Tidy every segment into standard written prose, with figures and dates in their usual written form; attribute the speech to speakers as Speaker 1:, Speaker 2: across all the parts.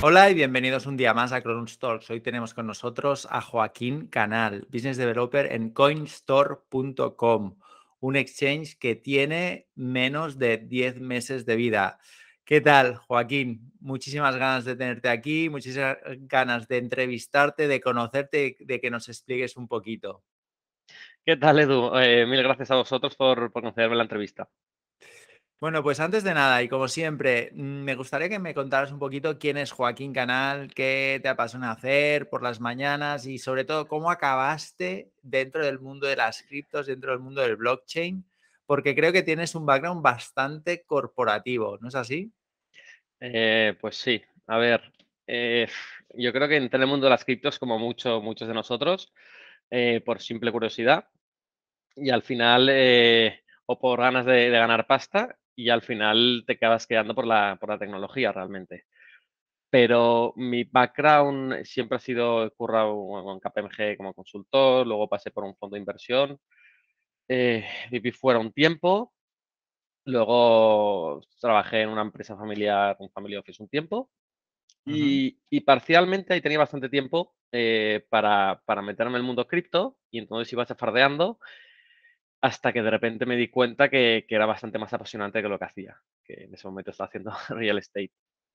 Speaker 1: Hola y bienvenidos un día más a Cronus Talks. Hoy tenemos con nosotros a Joaquín Canal, Business Developer en coinstore.com, un exchange que tiene menos de 10 meses de vida. ¿Qué tal, Joaquín? Muchísimas ganas de tenerte aquí, muchísimas ganas de entrevistarte, de conocerte, de que nos expliques un poquito.
Speaker 2: ¿Qué tal, Edu? Mil gracias a vosotros por concederme la entrevista.
Speaker 1: Bueno, pues antes de nada, y como siempre, me gustaría que me contaras un poquito quién es Joaquín Canal, qué te apasiona hacer por las mañanas y sobre todo cómo acabaste dentro del mundo de las criptos, dentro del mundo del blockchain, porque creo que tienes un background bastante corporativo, ¿no es así?
Speaker 2: Pues sí, a ver, eh, yo creo que entré en el mundo de las criptos como muchos de nosotros, por simple curiosidad y al final, o por ganas de ganar pasta y al final te acabas quedando por la tecnología realmente. Pero mi background siempre ha sido, he currado en KPMG como consultor, luego pasé por un fondo de inversión, viví fuera un tiempo. Luego trabajé en una empresa familiar, un family office un tiempo
Speaker 1: Ujú.
Speaker 2: y parcialmente ahí tenía bastante tiempo para meterme en el mundo cripto y entonces iba chafardeando hasta que de repente me di cuenta que era bastante más apasionante que lo que hacía, que en ese momento estaba haciendo real estate.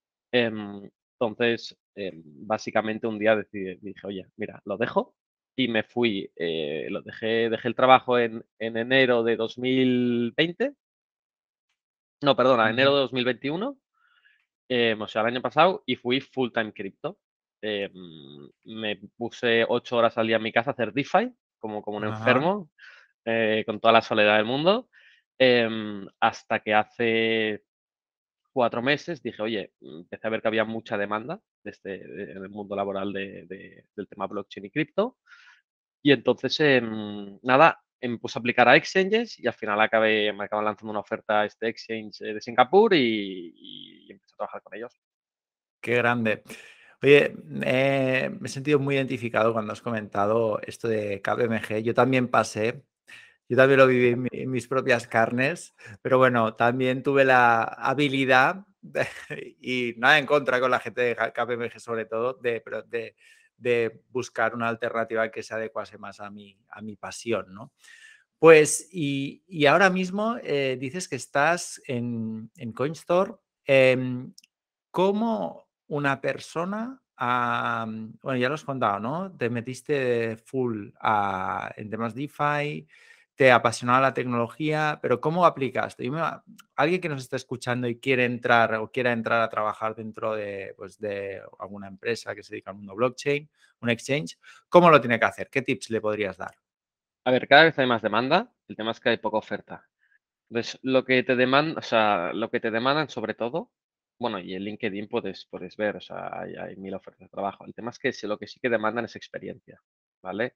Speaker 2: Básicamente un día dije, oye, mira, lo dejo y me fui, dejé el trabajo en enero de 2020. No, perdona, enero
Speaker 1: Ujú.
Speaker 2: de 2021, o sea, el año pasado, y fui full time cripto. Me puse 8 horas al día en mi casa a hacer DeFi, como un
Speaker 1: Ajá.
Speaker 2: enfermo, con toda la soledad del mundo, hasta que hace 4 meses dije, oye, empecé a ver que había mucha demanda en el mundo laboral del tema blockchain y cripto, y entonces, nada, me puse a aplicar a exchanges y al final me acaban lanzando una oferta a este exchange de Singapur y empecé a trabajar con ellos.
Speaker 1: Qué grande. Oye, me he sentido muy identificado cuando has comentado esto de KPMG. Yo también lo viví en mis propias carnes, pero bueno, también tuve la habilidad, y nada en contra con la gente de KPMG sobre todo, de buscar una alternativa que se adecuase más a mi pasión, ¿no? Pues, y ahora mismo dices que estás en CoinStore. ¿Cómo una persona, bueno, ya lo has contado, ¿no? Te metiste full en temas DeFi, te apasionaba la tecnología, pero ¿cómo aplicaste? Alguien que nos está escuchando y quiere entrar o quiera entrar a trabajar dentro de, pues, de alguna empresa que se dedica al mundo blockchain, un exchange, ¿cómo lo tiene que hacer? ¿Qué tips le podrías dar?
Speaker 2: A ver, cada vez hay más demanda, el tema es que hay poca oferta. Entonces, lo que te demandan sobre todo, bueno, y en LinkedIn puedes ver, o sea, hay 1000 ofertas de trabajo. El tema es que lo que sí que demandan es experiencia, ¿vale?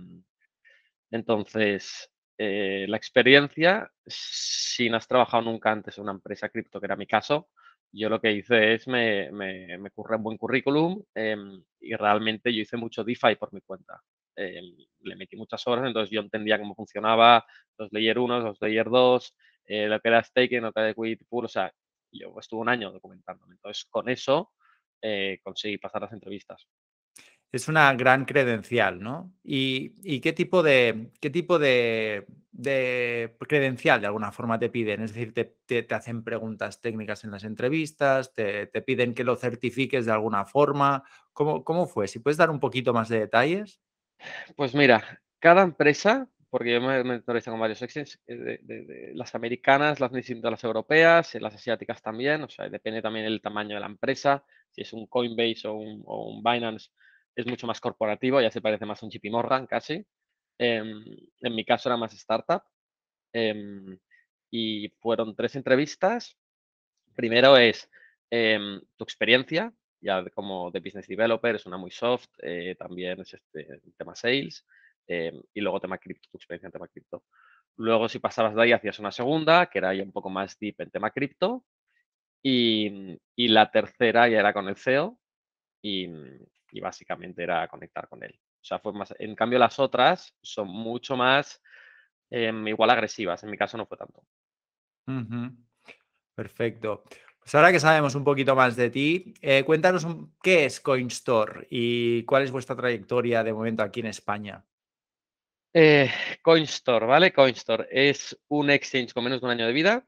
Speaker 2: Entonces, la experiencia, si no has trabajado nunca antes en una empresa cripto, que era mi caso, yo lo que hice es me curré un buen currículum, y realmente yo hice mucho DeFi por mi cuenta. Le metí muchas horas, entonces yo entendía cómo funcionaba los Layer 1, los Layer 2, lo que era staking, lo que era liquidity pool, o sea, yo estuve un año documentándome. Entonces, con eso conseguí pasar las entrevistas.
Speaker 1: Es una gran credencial, ¿no? ¿Y qué tipo de credencial de alguna forma te piden? Es decir, te hacen preguntas técnicas en las entrevistas, te piden que lo certifiques de alguna forma. ¿Cómo fue? Si puedes dar un poquito más de detalles.
Speaker 2: Pues mira, cada empresa, porque yo me mentorizo con varios exchanges, de las americanas, las distintas a las europeas, las asiáticas también, o sea, depende también el tamaño de la empresa, si es un Coinbase o un Binance, es mucho más corporativo, ya se parece más a un JP Morgan casi. En mi caso era más startup, em, y fueron 3 entrevistas. Primero es tu experiencia, ya como de business developer, es una muy soft, también es el tema sales, y luego tema cripto, tu experiencia en tema cripto. Luego, si pasabas de ahí, hacías una segunda, que era ya un poco más deep en tema cripto, y la tercera ya era con el CEO y básicamente era conectar con él. O sea, fue más. En cambio, las otras son mucho más igual agresivas. En mi caso no fue tanto.
Speaker 1: Ujú. Perfecto. Pues ahora que sabemos un poquito más de ti, cuéntanos qué es Coinstore y cuál es vuestra trayectoria de momento aquí en España.
Speaker 2: Eh, Coinstore, ¿vale? Coinstore es un exchange con menos de un año de vida,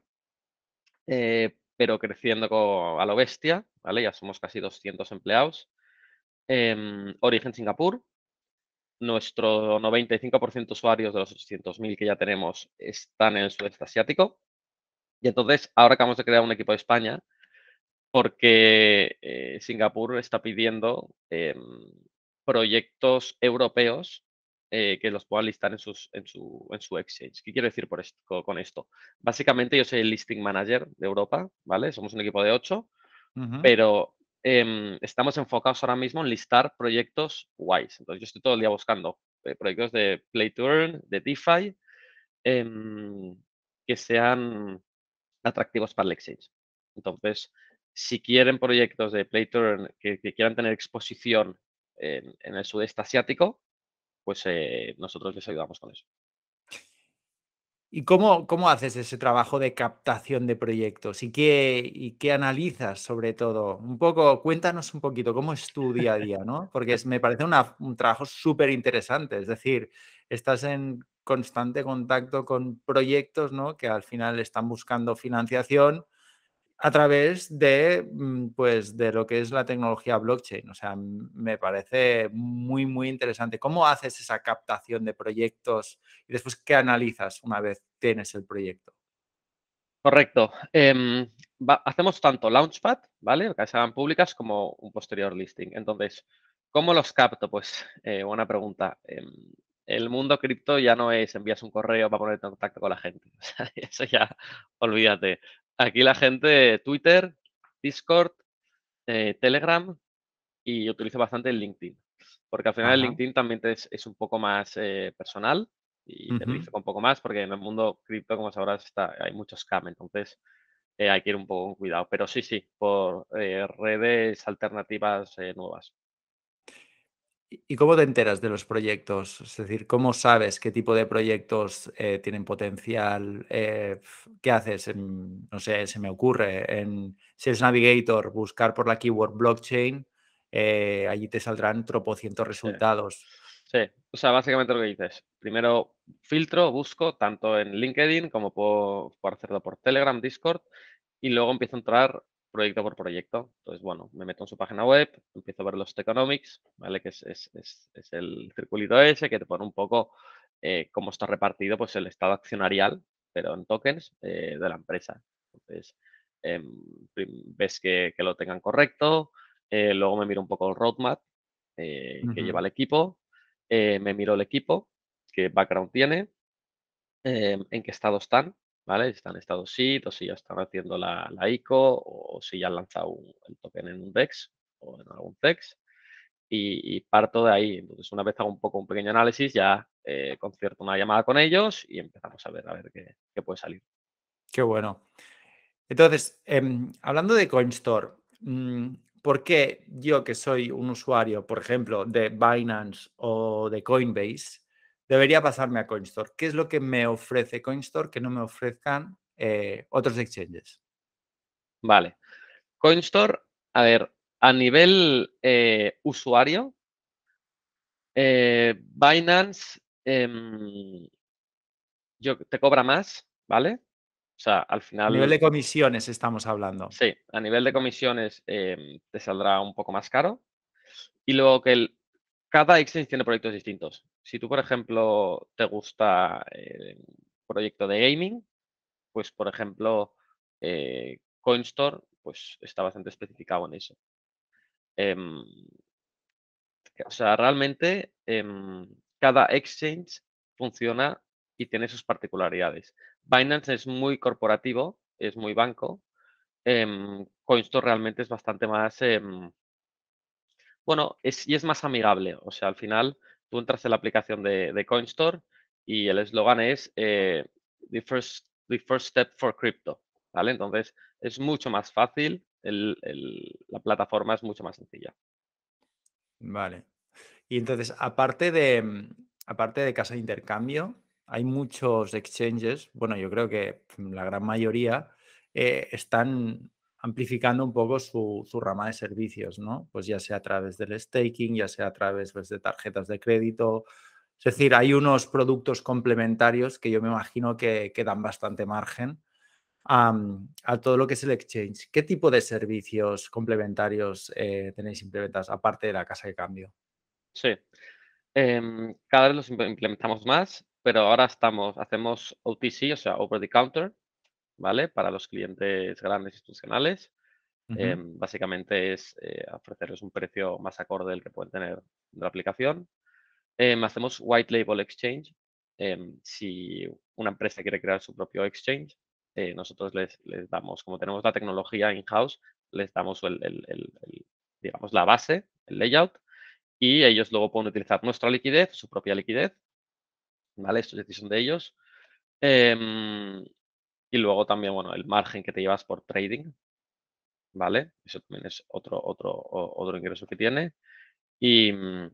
Speaker 2: pero creciendo a lo bestia, ¿vale? Ya somos casi 200 empleados. Origen Singapur. Nuestro 95% de usuarios de los 800.000 que ya tenemos están en el sudeste asiático. Y entonces, ahora acabamos de crear un equipo de España porque Singapur está pidiendo proyectos europeos que los puedan listar en su exchange. ¿Qué quiero decir con esto? Básicamente, yo soy el listing manager de Europa, ¿vale? Somos un equipo de 8,
Speaker 1: Ujú.
Speaker 2: pero estamos enfocados ahora mismo en listar proyectos guays. Entonces, yo estoy todo el día buscando proyectos de Play to Earn, de DeFi, em, que sean atractivos para el exchange. Entonces, si quieren proyectos de Play to Earn que quieran tener exposición en el sudeste asiático, pues nosotros les ayudamos con eso.
Speaker 1: ¿Y cómo haces ese trabajo de captación de proyectos? ¿Y qué analizas sobre todo? Un poco, cuéntanos un poquito cómo es tu día a día, ¿no? Porque me parece un trabajo súper interesante. Es decir, estás en constante contacto con proyectos, ¿no? Que al final están buscando financiación a través de, pues, de lo que es la tecnología blockchain. O sea, me parece muy, muy interesante. ¿Cómo haces esa captación de proyectos y después qué analizas una vez tienes el proyecto?
Speaker 2: Correcto. Hacemos tanto Launchpad, ¿vale? Que se hagan públicas como un posterior listing. Entonces, ¿cómo los capto? Pues, buena pregunta. El mundo cripto ya no es envías un correo para ponerte en contacto con la gente. O sea, eso ya, olvídate. Aquí la gente, Twitter, Discord, Telegram y utilizo bastante el LinkedIn. Porque al final el
Speaker 1: Ajá.
Speaker 2: LinkedIn también es un poco más personal y te
Speaker 1: Ujú.
Speaker 2: verifica un poco más porque en el mundo cripto, como sabrás, hay mucho scam. Entonces, hay que ir un poco con cuidado. Pero sí, sí, por redes alternativas nuevas.
Speaker 1: ¿Y cómo te enteras de los proyectos? Es decir, ¿cómo sabes qué tipo de proyectos tienen potencial? ¿Qué haces? No sé, se me ocurre en Sales Navigator buscar por la keyword blockchain, allí te saldrán tropocientos
Speaker 2: Sí,
Speaker 1: resultados.
Speaker 2: sí. O sea, básicamente lo que dices. Primero filtro, busco tanto en LinkedIn como puedo hacerlo por Telegram, Discord, y luego empiezo a entrar proyecto por proyecto. Entonces, bueno, me meto en su página web, empiezo a ver los tokenomics, ¿vale? Que es el circulito ese que te pone un poco cómo está repartido pues el estado accionarial, pero en tokens de la empresa. Entonces, ves que lo tengan correcto, luego me miro un poco el roadmap que lleva
Speaker 1: Ujú,
Speaker 2: el equipo, me miro el equipo, qué background tiene, en qué estado están, ¿vale? Si están en estado seed o si ya están haciendo la ICO o si ya han lanzado el token en un DEX o en algún CEX y parto de ahí. Entonces, una vez hago un poco un pequeño análisis, ya concierto una llamada con ellos y empezamos a ver qué puede salir.
Speaker 1: qué bueno. Entonces, hablando de Coinstore, ¿por qué yo que soy un usuario, por ejemplo, de Binance o de Coinbase, debería pasarme a Coinstore? ¿Qué es lo que me ofrece Coinstore que no me ofrezcan otros exchanges?
Speaker 2: Vale. Coinstore, a ver, a nivel usuario, Binance te cobra más, ¿vale? O sea, al
Speaker 1: A nivel
Speaker 2: final,
Speaker 1: de comisiones estamos hablando.
Speaker 2: sí, a nivel de comisiones te saldrá un poco más caro. Y luego que cada exchange tiene proyectos distintos. Si tú, por ejemplo, te gusta un proyecto de gaming, pues, por ejemplo, Coinstore, pues, está bastante especificado en eso. Em, o sea, realmente, cada exchange funciona y tiene sus particularidades. Binance es muy corporativo, es muy banco. Coinstore realmente es bastante más, bueno, es más amigable. O sea, al final tú entras en la aplicación de Coinstore y el eslogan es the first step for crypto, ¿vale? Entonces es mucho más fácil, la plataforma es mucho más sencilla.
Speaker 1: Vale. Y entonces, aparte de casa de intercambio, hay muchos exchanges, bueno, yo creo que la gran mayoría están amplificando un poco su rama de servicios, ¿no? Pues ya sea a través del staking, ya sea a través pues, de tarjetas de crédito. Es decir, hay unos productos complementarios que yo me imagino que dan bastante margen a todo lo que es el exchange. ¿Qué tipo de servicios complementarios tenéis implementados, aparte de la casa de cambio?
Speaker 2: Sí. Cada vez los implementamos más, pero ahora hacemos OTC, o sea, over the counter, ¿vale? Para los clientes grandes institucionales.
Speaker 1: Ujú.
Speaker 2: Básicamente es ofrecerles un precio más acorde del que pueden tener de la aplicación. Hacemos white label exchange. Si una empresa quiere crear su propio exchange, nosotros les damos, como tenemos la tecnología in-house, les damos digamos, la base, el layout, y ellos luego pueden utilizar nuestra liquidez, su propia liquidez, ¿vale? Esto es decisión de ellos. Em, y luego también, bueno, el margen que te llevas por trading, ¿vale? Eso también es otro ingreso que tiene. Y,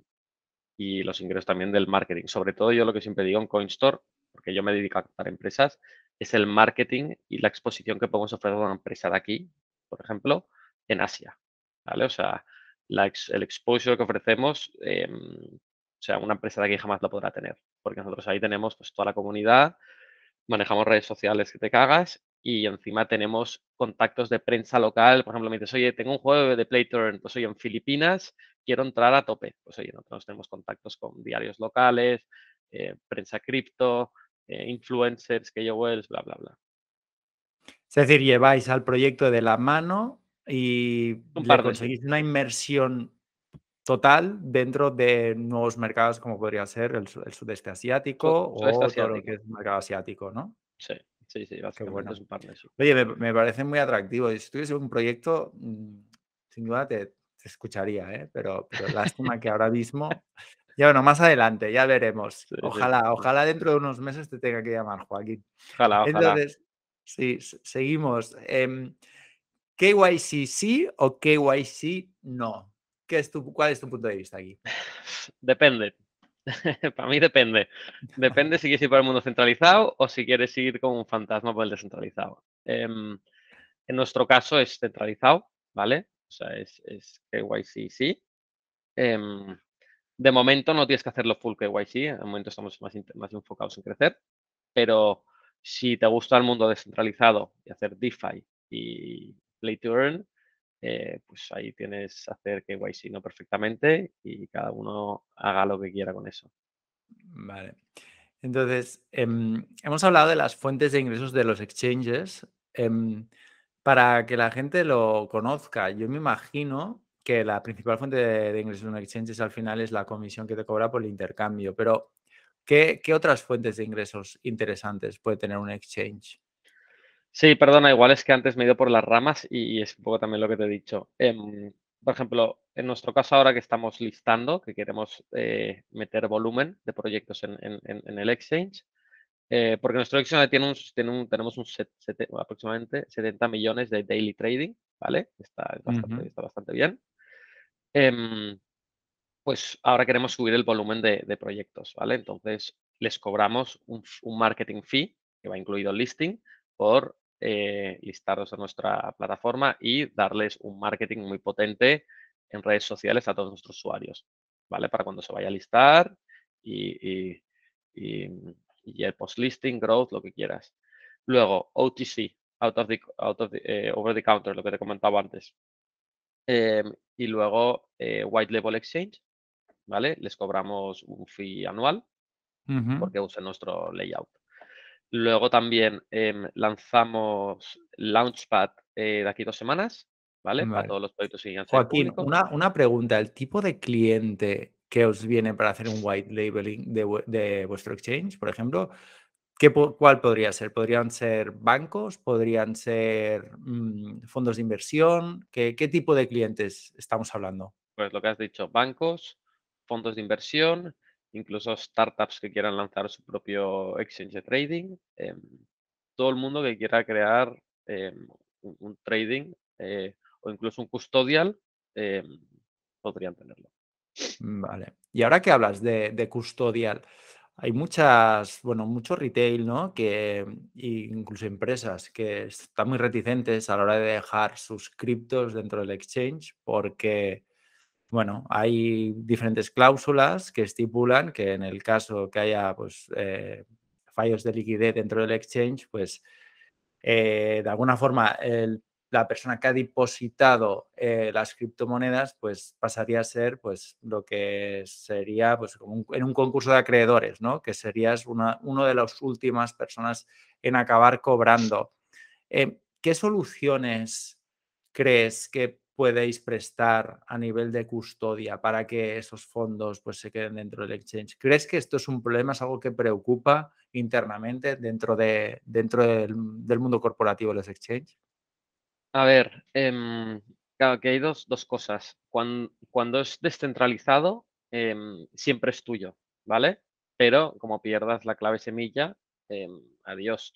Speaker 2: y los ingresos también del marketing. Sobre todo yo lo que siempre digo en CoinStore, porque yo me dedico a captar empresas, es el marketing y la exposición que podemos ofrecer a una empresa de aquí, por ejemplo, en Asia, ¿vale? O sea, el exposure que ofrecemos, o sea, una empresa de aquí jamás la podrá tener, porque nosotros ahí tenemos pues toda la comunidad, manejamos redes sociales que te cagas y encima tenemos contactos de prensa local. Por ejemplo, me dices, oye, tengo un juego de Playturn, pues oye, en Filipinas quiero entrar a tope. Pues oye, nosotros tenemos contactos con diarios locales, prensa cripto, influencers, KOLs, bla, bla, bla.
Speaker 1: Es decir, lleváis al proyecto de la mano y
Speaker 2: Un
Speaker 1: le
Speaker 2: partnership,
Speaker 1: conseguís una inmersión total dentro de nuevos mercados como podría ser el sudeste asiático
Speaker 2: sudeste
Speaker 1: o todo lo que
Speaker 2: asiático.
Speaker 1: es el mercado asiático, ¿no?
Speaker 2: Sí, sí, sí,
Speaker 1: Qué
Speaker 2: básicamente es
Speaker 1: bueno.
Speaker 2: un partnership.
Speaker 1: Oye, me parece muy atractivo. Si tuviese un proyecto, sin duda te escucharía, ¿eh? Pero lástima que ahora mismo, ya bueno, más adelante, ya veremos.
Speaker 2: Sí, sí,
Speaker 1: Ojalá,
Speaker 2: sí.
Speaker 1: ojalá dentro de unos meses te tenga que llamar, Joaquín.
Speaker 2: Ojalá, ojalá.
Speaker 1: Entonces, sí, seguimos. ¿KYC sí o KYC no? ¿Cuál es tu punto de vista aquí?
Speaker 2: Depende. Para mí depende. Depende si quieres ir por el mundo centralizado o si quieres ir como un fantasma por el descentralizado. En nuestro caso es centralizado, ¿vale? O sea, es KYC, sí. Em, de momento no tienes que hacerlo full KYC, de momento estamos más enfocados en crecer, pero si te gusta el mundo descentralizado y hacer DeFi y Play to Earn, pues ahí tienes hacer KYC no perfectamente y cada uno haga lo que quiera con eso.
Speaker 1: Vale. Entonces, hemos hablado de las fuentes de ingresos de los exchanges. Para que la gente lo conozca, yo me imagino que la principal fuente de ingresos de un exchange al final es la comisión que te cobra por el intercambio. Pero, ¿qué otras fuentes de ingresos interesantes puede tener un exchange?
Speaker 2: Sí, perdona, igual es que antes me he ido por las ramas y es un poco también lo que te he dicho. Por ejemplo, en nuestro caso ahora que estamos listando, que queremos meter volumen de proyectos en el exchange, porque nuestro exchange tenemos aproximadamente 70 millones de daily trading, ¿vale?
Speaker 1: Ujú.
Speaker 2: Está bastante bien. Em, pues ahora queremos subir el volumen de proyectos, ¿vale? Entonces les cobramos un marketing fee, que va incluido el listing, por listarlos en nuestra plataforma y darles un marketing muy potente en redes sociales a todos nuestros usuarios, ¿vale? Para cuando se vaya a listar y, y- y- y el post-listing, growth, lo que quieras. Luego, OTC, over the counter, lo que te comentaba antes. Y luego, white label exchange, ¿vale? Les cobramos un fee anual
Speaker 1: Ujú.
Speaker 2: porque usen nuestro layout. Luego también lanzamos Launchpad de aquí 2 semanas, ¿vale? Para
Speaker 1: Vale.
Speaker 2: todos los proyectos que quieran ser
Speaker 1: Joaquín,
Speaker 2: públicos.
Speaker 1: una pregunta. ¿El tipo de cliente que os viene para hacer un white labeling de vuestro exchange, por ejemplo, cuál podría ser? ¿Podrían ser bancos? ¿Podrían ser fondos de inversión? ¿Qué tipo de clientes estamos hablando?
Speaker 2: Pues lo que has dicho, bancos, fondos de inversión, incluso startups que quieran lanzar su propio exchange de trading, todo el mundo que quiera crear un trading o incluso un custodial podrían tenerlo.
Speaker 1: Vale. Y ahora que hablas de custodial, hay muchas, bueno, mucho retail, ¿no? Que, incluso empresas que están muy reticentes a la hora de dejar sus criptos dentro del exchange porque, bueno, hay diferentes cláusulas que estipulan que en el caso que haya, pues, fallos de liquidez dentro del exchange, pues de alguna forma, la persona que ha depositado las criptomonedas, pues pasaría a ser pues, lo que sería pues, como en un concurso de acreedores, ¿no? Que serías uno de las últimas personas en acabar cobrando. ¿Qué soluciones crees que podéis prestar a nivel de custodia para que esos fondos pues, se queden dentro del exchange? ¿Crees que esto es un problema, es algo que preocupa internamente dentro del mundo corporativo de los exchange?
Speaker 2: A ver, claro que hay dos cosas. Cuando es descentralizado, siempre es tuyo, ¿vale? Pero como pierdas la clave semilla, adiós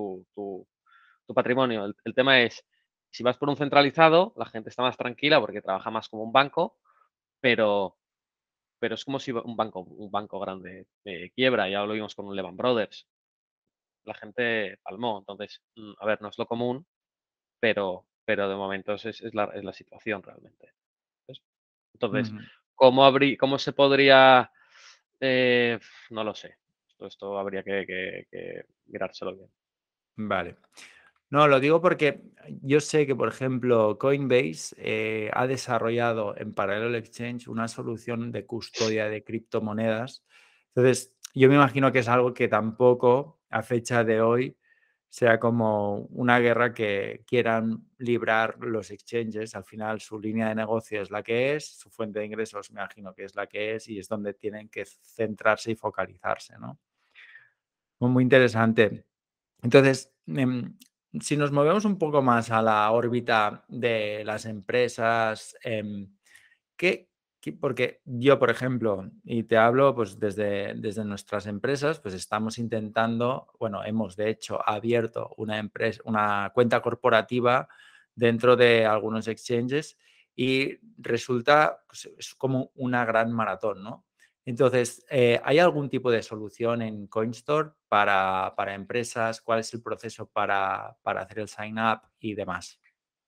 Speaker 2: tu patrimonio. El tema es, si vas por un centralizado, la gente está más tranquila porque trabaja más como un banco, pero, pero es como si un banco grande quiebra, ya lo vimos con un Lehman Brothers. La gente palmó. Entonces, a ver, no es lo común, pero de momento es la situación realmente, ¿ves? Entonces,
Speaker 1: Ujú.
Speaker 2: ¿cómo se podría? Eh, no lo sé. Esto habría que mirárselo bien.
Speaker 1: Vale. No, lo digo porque yo sé que, por ejemplo, Coinbase ha desarrollado en paralelo al exchange una solución de custodia de criptomonedas. Entonces, yo me imagino que es algo que tampoco a fecha de hoy sea como una guerra que quieran librar los exchanges. Al final, su línea de negocio es la que es, su fuente de ingresos me imagino que es la que es y es donde tienen que centrarse y focalizarse, ¿no? Muy interesante. Entonces, si nos movemos un poco más a la órbita de las empresas, ¿qué porque yo, por ejemplo, y te hablo, pues, desde nuestras empresas, pues, estamos intentando, bueno, hemos de hecho abierto una cuenta corporativa dentro de algunos exchanges y resulta, pues, es como una gran maratón, ¿no? Entonces, ¿hay algún tipo de solución en CoinStore para empresas? ¿Cuál es el proceso para hacer el sign up y demás?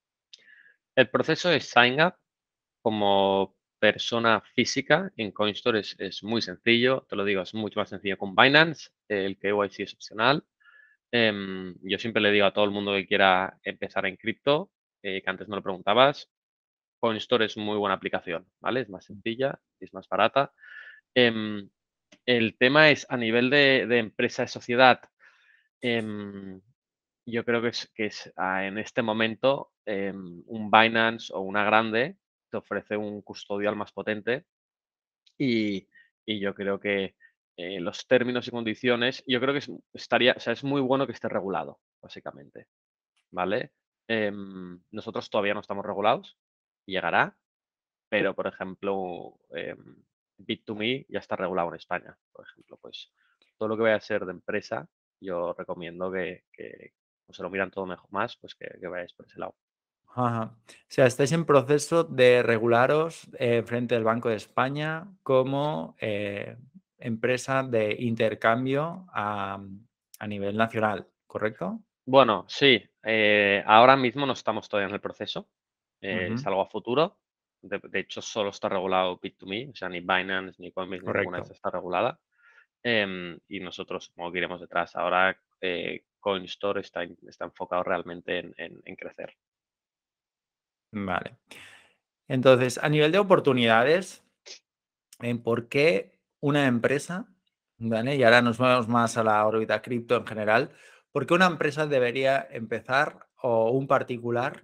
Speaker 2: El proceso de sign up como persona física en CoinStore es muy sencillo, te lo digo, es mucho más sencillo con Binance, el KYC es opcional. Yo siempre le digo a todo el mundo que quiera empezar en cripto, que antes me lo preguntabas, CoinStore es muy buena aplicación, ¿vale? Es más sencilla, es más barata. Em, el tema es a nivel de empresa de sociedad, em, yo creo que en este momento un Binance o una grande te ofrece un custodial más potente y, y yo creo que los términos y condiciones, yo creo que o sea, es muy bueno que esté regulado, básicamente, ¿vale? Nosotros todavía no estamos regulados, llegará, pero por ejemplo, Bit2Me ya está regulado en España, por ejemplo, pues todo lo que vaya a ser de empresa, yo recomiendo que como se lo miran todo mejor más, pues que vayáis por ese lado.
Speaker 1: Ajá. O sea, estáis en proceso de regularos, frente al Banco de España como, empresa de intercambio a nivel nacional, ¿correcto?
Speaker 2: Bueno, sí, ahora mismo no estamos todavía en el proceso, es
Speaker 1: Ujú,
Speaker 2: algo a futuro. De hecho, solo está regulado Bit2Me, o sea, ni Binance ni Coinbase ni ninguna de
Speaker 1: correcto.
Speaker 2: estas está regulada. Y nosotros supongo que iremos detrás. Ahora CoinStore está enfocado realmente en crecer.
Speaker 1: Vale. Entonces, a nivel de oportunidades, en por qué una empresa, ¿vale? Y ahora nos movemos más a la órbita cripto en general, ¿por qué una empresa debería empezar o un particular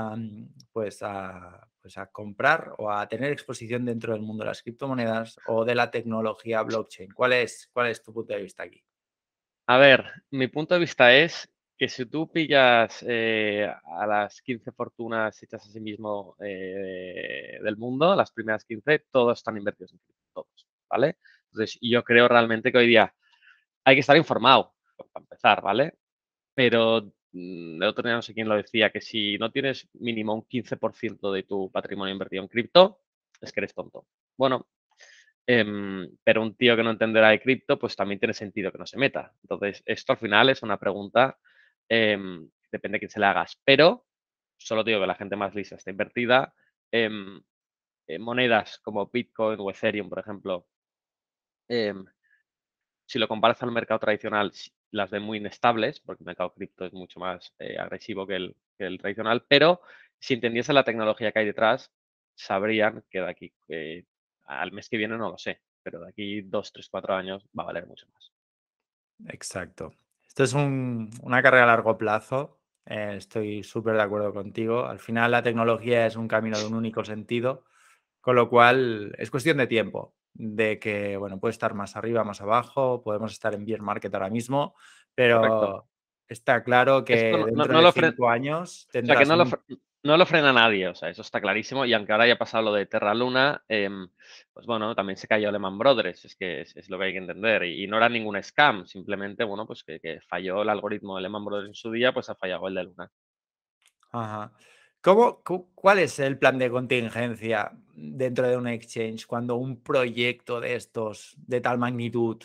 Speaker 1: pues a comprar o a tener exposición dentro del mundo de las criptomonedas o de la tecnología blockchain? Cuál es tu punto de vista aquí?
Speaker 2: A ver, mi punto de vista es que si tú pillas a las 15 fortunas hechas a sí mismo del mundo, las primeras 15, todos están invertidos en cripto, todos, ¿vale? Entonces, yo creo realmente que hoy día hay que estar informado, para empezar, ¿vale? Pero el otro día no sé quién lo decía, que si no tienes mínimo un 15% de tu patrimonio invertido en cripto, es que eres tonto. Bueno, Pero un tío que no entenderá de cripto, pues también tiene sentido que no se meta. Entonces, esto al final es una pregunta, depende de quién se la hagas. Pero solo digo que la gente más lista está invertida. em, Monedas como Bitcoin o Ethereum, por ejemplo, em, si lo comparas al mercado tradicional, las ven muy inestables, porque el mercado cripto es mucho más agresivo que el tradicional, pero si entendiesen la tecnología que hay detrás, sabrían que de aquí al mes que viene no lo sé, pero de aquí 2, 3, 4 años va a valer mucho más.
Speaker 1: Exacto. Esto es una carrera a largo plazo. Estoy súper de acuerdo contigo. Al final la tecnología es un camino de un único sentido, con lo cual es cuestión de tiempo, de que, bueno, puede estar más arriba, más abajo, podemos estar en bear market ahora mismo,
Speaker 2: Correcto.
Speaker 1: pero está claro
Speaker 2: Esto
Speaker 1: que dentro de 5 años
Speaker 2: o sea, que
Speaker 1: tendrás un...
Speaker 2: no lo frena nadie, o sea, eso está clarísimo. Y aunque ahora haya pasado lo de Terra Luna, pues bueno, también se cayó Lehman Brothers, es que es lo que hay que entender. Y no era ningún scam, simplemente, bueno, pues que falló el algoritmo de Lehman Brothers en su día, pues ha fallado el de Luna.
Speaker 1: Ajá. ¿Cuál es el plan de contingencia dentro de un exchange cuando un proyecto de estos de tal magnitud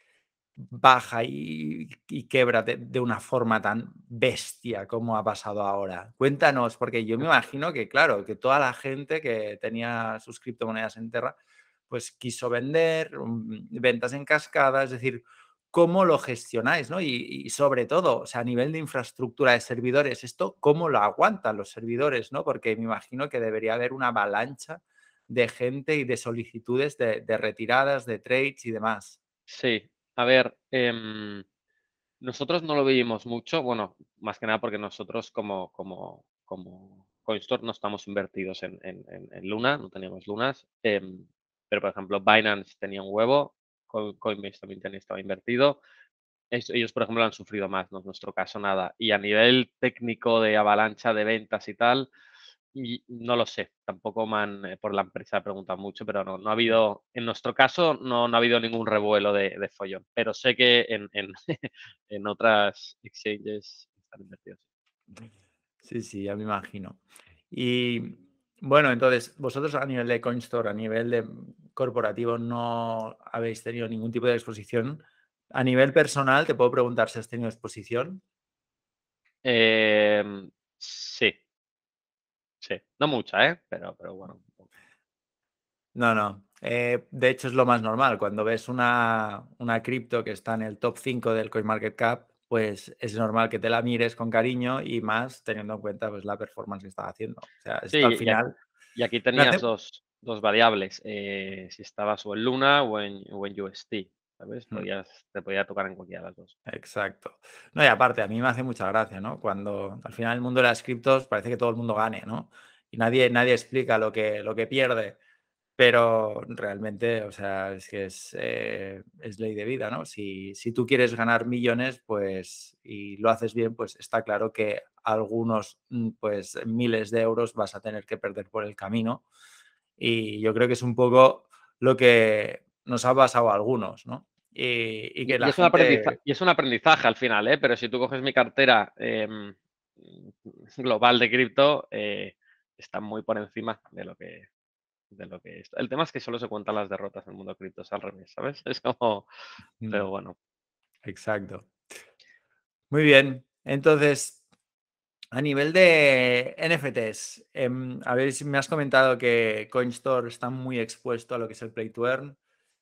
Speaker 1: baja y quebra de una forma tan bestia como ha pasado ahora? Cuéntanos, porque yo me imagino que, claro, que toda la gente que tenía sus criptomonedas en Terra, pues quiso vender, ventas en cascada, es decir, ¿cómo lo gestionáis, no? Y sobre todo, o sea, a nivel de infraestructura de servidores, ¿esto cómo lo aguantan los servidores, no? Porque me imagino que debería haber una avalancha de gente y de solicitudes de retiradas, de trades y demás.
Speaker 2: Sí, a ver, nosotros no lo vivimos mucho, bueno, más que nada porque nosotros como CoinStore no estamos invertidos en Luna, no teníamos lunas, pero por ejemplo Binance tenía un huevo, Coinbase también estaba invertido. Ellos, por ejemplo, lo han sufrido más, no es nuestro caso nada. Y a nivel técnico de avalancha de ventas y tal, y no lo sé, tampoco por la empresa he preguntado mucho, pero no ha habido, en nuestro caso, no ha habido ningún revuelo de follón, pero sé que en otras exchanges están invertidos.
Speaker 1: Sí, sí, ya me imagino. Y bueno, entonces, vosotros a nivel de CoinStore, a nivel de corporativo, no habéis tenido ningún tipo de exposición. A nivel personal, te puedo preguntar si has tenido exposición.
Speaker 2: Sí, sí, no mucha, ¿eh? Pero bueno.
Speaker 1: No, no. De hecho, es lo más normal. Cuando ves una cripto que está en el top 5 del CoinMarketCap, pues es normal que te la mires con cariño y más teniendo en cuenta pues, la performance que está haciendo. O sea, esto al
Speaker 2: Sí,
Speaker 1: final
Speaker 2: y aquí
Speaker 1: me
Speaker 2: tenías
Speaker 1: hace...
Speaker 2: dos variables, si estabas o en Luna o en UST, ¿sabes?
Speaker 1: Mm.
Speaker 2: Te podía tocar en cualquiera de las dos.
Speaker 1: Exacto. No, y aparte, a mí me hace mucha gracia, ¿no? Cuando al final el mundo de las criptos parece que todo el mundo gane, ¿no? Y nadie explica lo que pierde, pero realmente, o sea, es que es ley de vida, ¿no? Si tú quieres ganar millones, pues, y lo haces bien, pues está claro que algunos, pues, miles de euros vas a tener que perder por el camino. Y yo creo que es un poco lo que nos ha pasado a algunos, ¿no? Y que
Speaker 2: Y
Speaker 1: la
Speaker 2: es un aprendizaje,
Speaker 1: gente...
Speaker 2: y es un aprendizaje al final, ¿eh? Pero si tú coges mi cartera global de cripto, está muy por encima de lo que es. El tema es que solo se cuentan las derrotas en el mundo cripto, es al revés, ¿sabes? Es como,
Speaker 1: Mm.
Speaker 2: pero bueno.
Speaker 1: Exacto. Muy bien. Entonces, a nivel de NFTs, a ver si me has comentado que CoinStore está muy expuesto a lo que es el Play to Earn,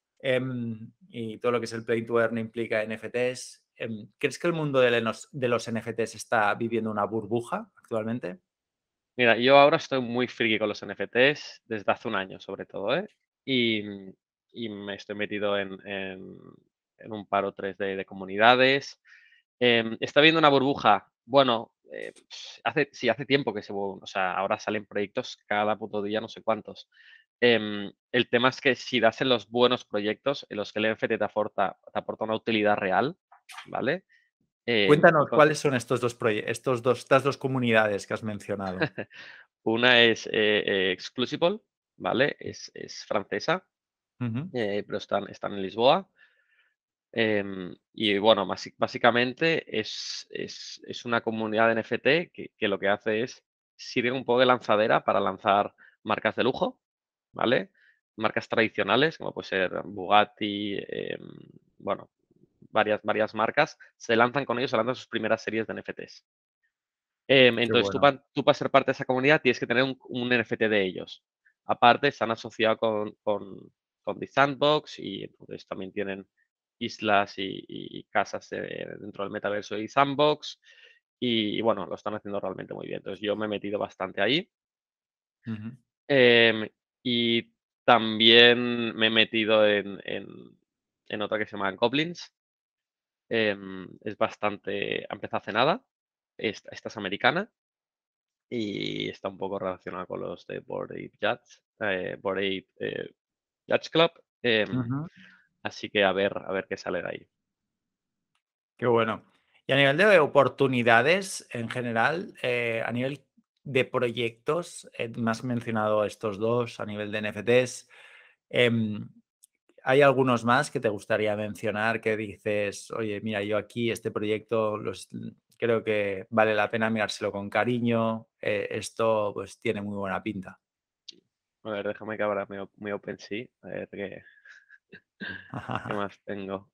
Speaker 1: y todo lo que es el Play to Earn implica NFTs. ¿Crees que el mundo de los NFTs está viviendo una burbuja actualmente?
Speaker 2: Mira, yo ahora estoy muy friki con los NFTs desde hace un año, sobre todo, ¿eh? Y, y me estoy metido en un par o tres de comunidades. Está habiendo una burbuja. Bueno, sí, hace tiempo que o sea, ahora salen proyectos cada puto día, no sé cuántos. El tema es que si das en los buenos proyectos, en los que el NFT te aporta una utilidad real, ¿vale? Y
Speaker 1: Cuéntanos cuáles son estas dos comunidades que has mencionado.
Speaker 2: una es Exclusable, ¿vale? Es francesa,
Speaker 1: Ujú.
Speaker 2: pero están en Lisboa. Y bueno, básicamente es una comunidad de NFT que lo que hace es sirve un poco de lanzadera para lanzar marcas de lujo, ¿vale? marcas tradicionales, como puede ser Bugatti, bueno, varias marcas, se lanzan con ellos, se lanzan sus primeras series de NFTs.
Speaker 1: Qué
Speaker 2: Entonces,
Speaker 1: bueno.
Speaker 2: tú para ser parte de esa comunidad tienes que tener un NFT de ellos. Aparte, están asociados con The Sandbox y entonces también tienen islas y casas dentro del metaverso de The Sandbox y bueno, lo están haciendo realmente muy bien. Entonces, yo me he metido bastante ahí.
Speaker 1: Ujú.
Speaker 2: Em, y también me he metido en otra que se llama Goblins. Es bastante, ha empezado hace nada. Esta es americana y está un poco relacionada con los de Bored Ape Yacht Club.
Speaker 1: Ujú.
Speaker 2: Así que a ver qué sale de ahí.
Speaker 1: Qué bueno. Y a nivel de oportunidades en general, a nivel de proyectos, me has mencionado estos dos a nivel de NFTs. em, ¿Hay algunos más que te gustaría mencionar que dices, oye, mira, yo aquí este proyecto creo que vale la pena mirárselo con cariño, esto pues tiene muy buena pinta?
Speaker 2: A ver, déjame que abra mi OpenSea. A ver qué más tengo.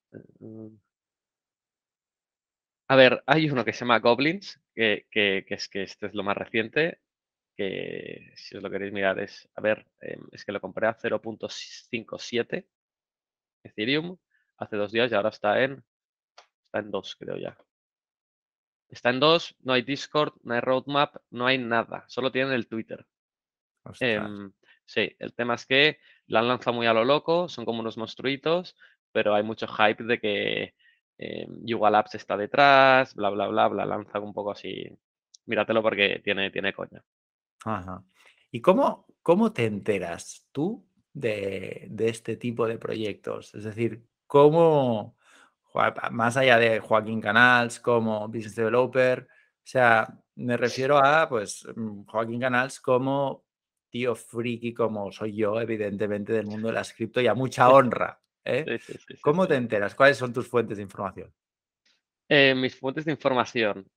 Speaker 2: A ver, hay uno que se llama Goblins, que este es lo más reciente, que si os lo queréis mirar a ver, es que lo compré a 0.57 Ethereum hace 2 días y ahora está en 2, creo ya. Está en 2, no hay Discord, no hay roadmap, no hay nada, solo tienen el Twitter.
Speaker 1: Ostras.
Speaker 2: Em, sí, el tema es que la han lanzado muy a lo loco, son como unos monstruitos, pero hay mucho hype de que Yuga Labs está detrás, bla, bla, bla, bla, lanza un poco así. Míratelo porque tiene coña.
Speaker 1: Ajá. ¿Y cómo te enteras tú de este tipo de proyectos? Es decir, más allá de Joaquín Canals como business developer, o sea, me refiero a, pues, Joaquín Canals como tío friki como soy yo, evidentemente, del mundo de las cripto y a mucha honra, ¿eh?
Speaker 2: Sí, sí, sí, sí,
Speaker 1: ¿Cómo
Speaker 2: sí.
Speaker 1: te enteras? ¿Cuáles son tus fuentes de información?
Speaker 2: Mis fuentes de información.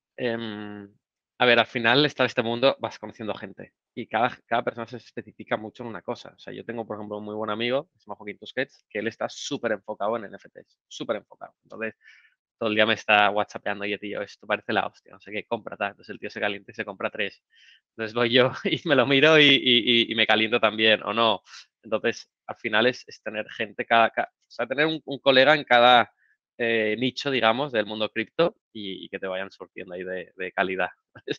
Speaker 2: A ver, al final está este mundo, vas conociendo gente y cada persona se especifica mucho en una cosa. O sea, yo tengo, por ejemplo, un muy buen amigo, que se llama Joaquín Tusquets, que él está súper enfocado en NFTs, súper enfocado. Entonces, todo el día me está whatsappeando, oye, tío, esto parece la hostia, no sé qué, compra tal. Entonces el tío se calienta y se compra tres. Entonces voy yo y me lo miro y me caliento también, o no. Entonces, al final es tener gente, o sea, tener un colega en cada nicho, digamos, del mundo cripto y que te vayan surtiendo ahí de calidad.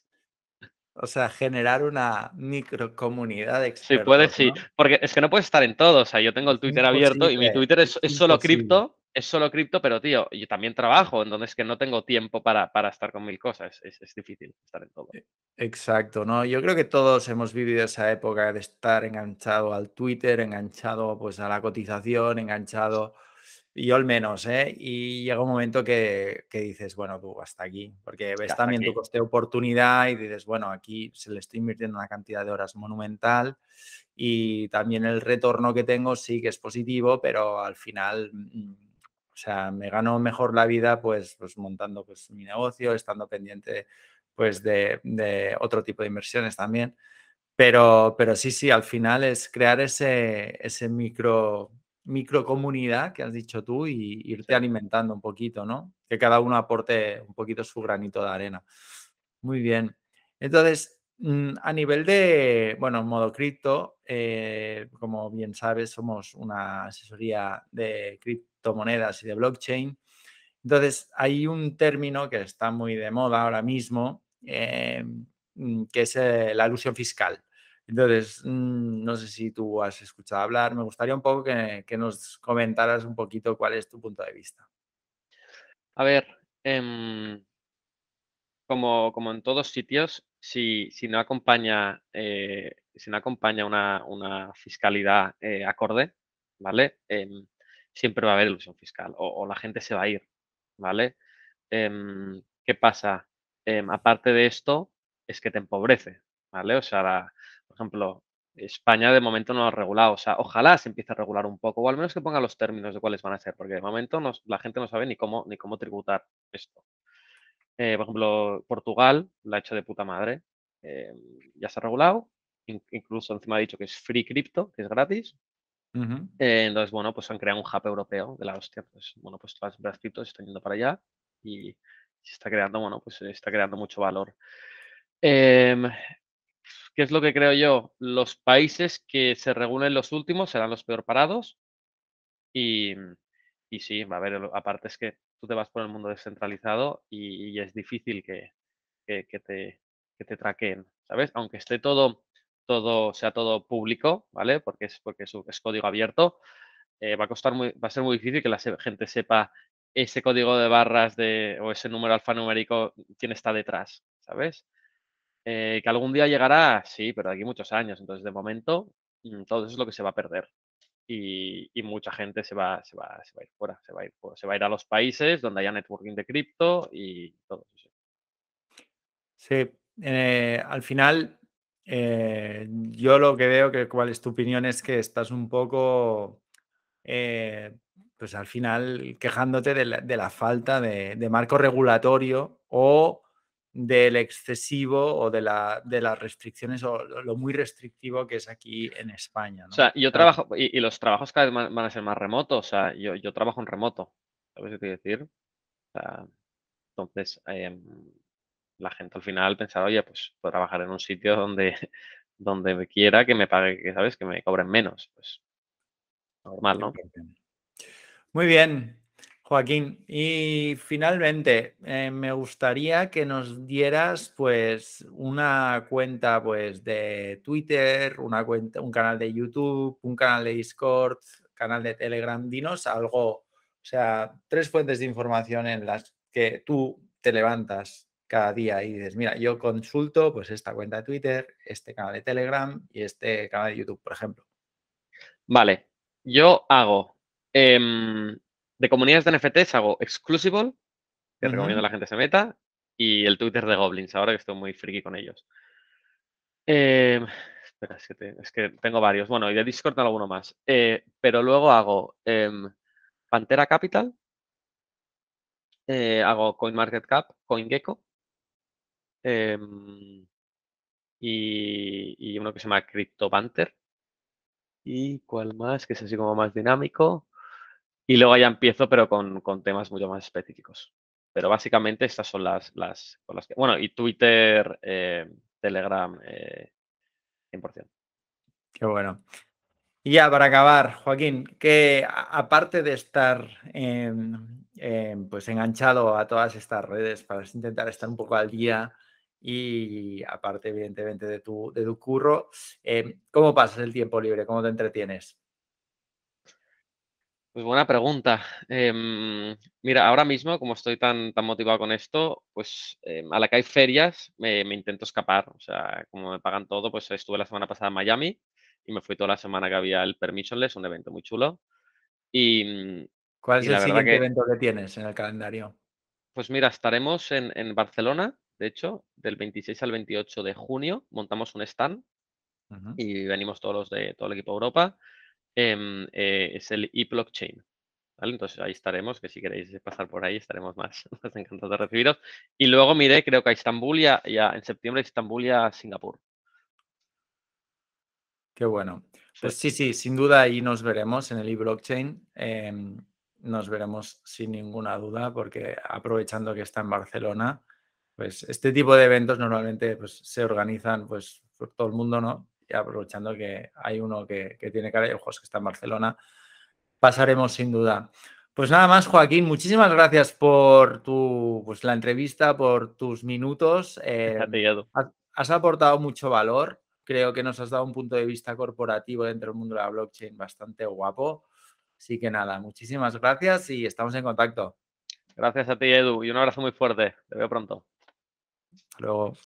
Speaker 1: O sea, generar una microcomunidad de
Speaker 2: Si puedes,
Speaker 1: expertos,
Speaker 2: sí,
Speaker 1: ¿no?
Speaker 2: porque es que no puedes estar en todo. O sea, yo tengo el
Speaker 1: Es
Speaker 2: Twitter abierto y mi
Speaker 1: imposible,
Speaker 2: Twitter es,
Speaker 1: es
Speaker 2: es
Speaker 1: imposible.
Speaker 2: solo cripto, pero tío, yo también trabajo, entonces que no tengo tiempo para estar con mil cosas. Es difícil estar en todo.
Speaker 1: Exacto, ¿no? Yo creo que todos hemos vivido esa época de estar enganchado al Twitter, enganchado pues a la cotización, enganchado, y yo al menos, ¿eh? Y llega un momento que dices, bueno, tú hasta aquí, porque
Speaker 2: Que
Speaker 1: ves
Speaker 2: hasta
Speaker 1: también tu
Speaker 2: aquí.
Speaker 1: coste de oportunidad y dices, bueno, aquí se le estoy invirtiendo una cantidad de horas monumental y también el retorno que tengo sí que es positivo, pero al final, o sea, me gano mejor la vida pues montando pues mi negocio, estando pendiente pues de otro tipo de inversiones también. Pero sí, sí, al final es crear ese micro comunidad que has dicho tú y irte
Speaker 2: Sí,
Speaker 1: alimentando un poquito, ¿no? Que cada uno aporte un poquito su granito de arena. Muy bien. Entonces, a nivel de, bueno, en modo cripto, como bien sabes, somos una asesoría de criptomonedas y de blockchain. Entonces, hay un término que está muy de moda ahora mismo, que es la elusión fiscal. Entonces, no sé si tú has escuchado hablar, me gustaría un poco que nos comentaras un poquito cuál es tu punto de vista.
Speaker 2: a ver, como en todos sitios, si no acompaña una fiscalidad acorde, ¿vale? Siempre va a haber ilusión fiscal o la gente se va a ir, ¿vale? ¿Qué pasa? Aparte de esto, es que te empobrece, ¿vale? O sea, por ejemplo, España de momento no lo ha regulado, o sea, ojalá se empiece a regular un poco, o al menos que ponga los términos de cuáles van a ser, porque de momento la gente no sabe ni cómo tributar esto. Por ejemplo, Portugal lo ha hecho de puta madre. Ya se ha regulado. Incluso encima ha dicho que es free crypto, que es gratis.
Speaker 1: Ujú.
Speaker 2: Entonces, bueno, pues han creado un hub europeo de la hostia. Pues, bueno, pues todas las criptos están yendo para allá y se está creando, bueno, pues se está creando mucho valor. Em, ¿Qué es lo que creo yo? Los países que se regulen los últimos serán los peor parados y, y sí, va a haber, aparte es que tú te vas por el mundo descentralizado y es difícil que, que te, que te traqueen, ¿sabes? Aunque esté sea todo público, ¿vale? Porque es código abierto, va a ser muy difícil que la gente sepa ese código de barras o ese número alfanumérico, quién está detrás, ¿sabes? Que algún día llegará, sí, pero de aquí muchos años. Entonces, de momento, todo eso es lo que se va a perder. Y mucha gente se va a ir fuera, se va a ir a los países donde haya networking de cripto y todo eso. Sí.
Speaker 1: Sí, al final, yo lo que veo, que cuál es tu opinión, es que estás un poco, eh, pues al final quejándote de la falta de marco regulatorio o del excesivo o de las restricciones o lo muy restrictivo que es aquí en España,
Speaker 2: O
Speaker 1: ¿no?
Speaker 2: sea,
Speaker 1: O
Speaker 2: yo
Speaker 1: sea,
Speaker 2: trabajo, y los trabajos cada vez van a ser más remotos. O sea, yo trabajo en remoto. ¿Sabes qué quiero decir? O sea, entonces, la gente al final pensaba, oye, pues puedo trabajar en un sitio donde, donde me quiera, que me pague, que sabes, que me cobren menos. Pues normal,
Speaker 1: qué
Speaker 2: ¿no?
Speaker 1: bien. Muy bien, Joaquín. Y finalmente, me gustaría que nos dieras pues una cuenta pues de Twitter, una cuenta, un canal de YouTube, un canal de Discord, canal de Telegram. Dinos algo, o sea, 3 fuentes de información en las que tú te levantas cada día y dices, mira, yo consulto pues esta cuenta de Twitter, este canal de Telegram y este canal de YouTube, por ejemplo.
Speaker 2: Vale, yo hago de comunidades de NFTs hago Exclusible, que recomiendo
Speaker 1: Ujú.
Speaker 2: a la gente se meta, y el Twitter de Goblins, ahora que estoy muy friki con ellos. Em, Espera, es que tengo varios. Bueno, y de Discord tengo alguno más. Pero luego hago Pantera Capital, hago CoinMarketCap, CoinGecko, em, y uno que se llama CryptoPanther. ¿Y cuál más? Que es así como más dinámico. Y luego ya empiezo, pero con temas mucho más específicos. Pero básicamente estas son con las que. Bueno, y Twitter, Telegram, 100%.
Speaker 1: Qué bueno. Y ya para acabar, Joaquín, que aparte de estar pues enganchado a todas estas redes para intentar estar un poco al día y aparte, evidentemente, de tu curro, ¿cómo pasas el tiempo libre? ¿Cómo te entretienes?
Speaker 2: Pues buena pregunta. Mira, ahora mismo, como estoy tan motivado con esto, pues a la que hay ferias me intento escapar. O sea, como me pagan todo, pues estuve la semana pasada en Miami y me fui toda la semana que había el Permissionless, un evento muy chulo. Y,
Speaker 1: ¿Cuál es
Speaker 2: y
Speaker 1: el
Speaker 2: la verdad
Speaker 1: siguiente
Speaker 2: que,
Speaker 1: evento que tienes en el calendario?
Speaker 2: pues mira, estaremos en Barcelona, de hecho, del 26 al 28 de junio, montamos un stand
Speaker 1: Ujú.
Speaker 2: y venimos todos los de todo el equipo de Europa. Es el eBlockchain. ¿Vale? Entonces ahí estaremos, que si queréis pasar por ahí estaremos más, más encantados de recibiros. Y luego miré, creo que a Estambul ya en septiembre, Estambul y a Singapur.
Speaker 1: Qué bueno.
Speaker 2: Sí,
Speaker 1: Pues sí, sí, sin duda ahí nos veremos en el e-blockchain. Nos veremos sin ninguna duda porque aprovechando que está en Barcelona, pues este tipo de eventos normalmente pues, se organizan pues, por todo el mundo, ¿no? Y aprovechando que hay uno que tiene cara de ojos que está en Barcelona, pasaremos sin duda. Pues nada más, Joaquín, muchísimas gracias por pues, la entrevista, por tus minutos.
Speaker 2: fíjate, Edu.
Speaker 1: Has aportado mucho valor. Creo que nos has dado un punto de vista corporativo dentro del mundo de la blockchain bastante guapo. Así que nada, muchísimas gracias y estamos en contacto.
Speaker 2: Gracias a ti, Edu, y un abrazo muy fuerte. Te veo pronto.
Speaker 1: Hasta luego.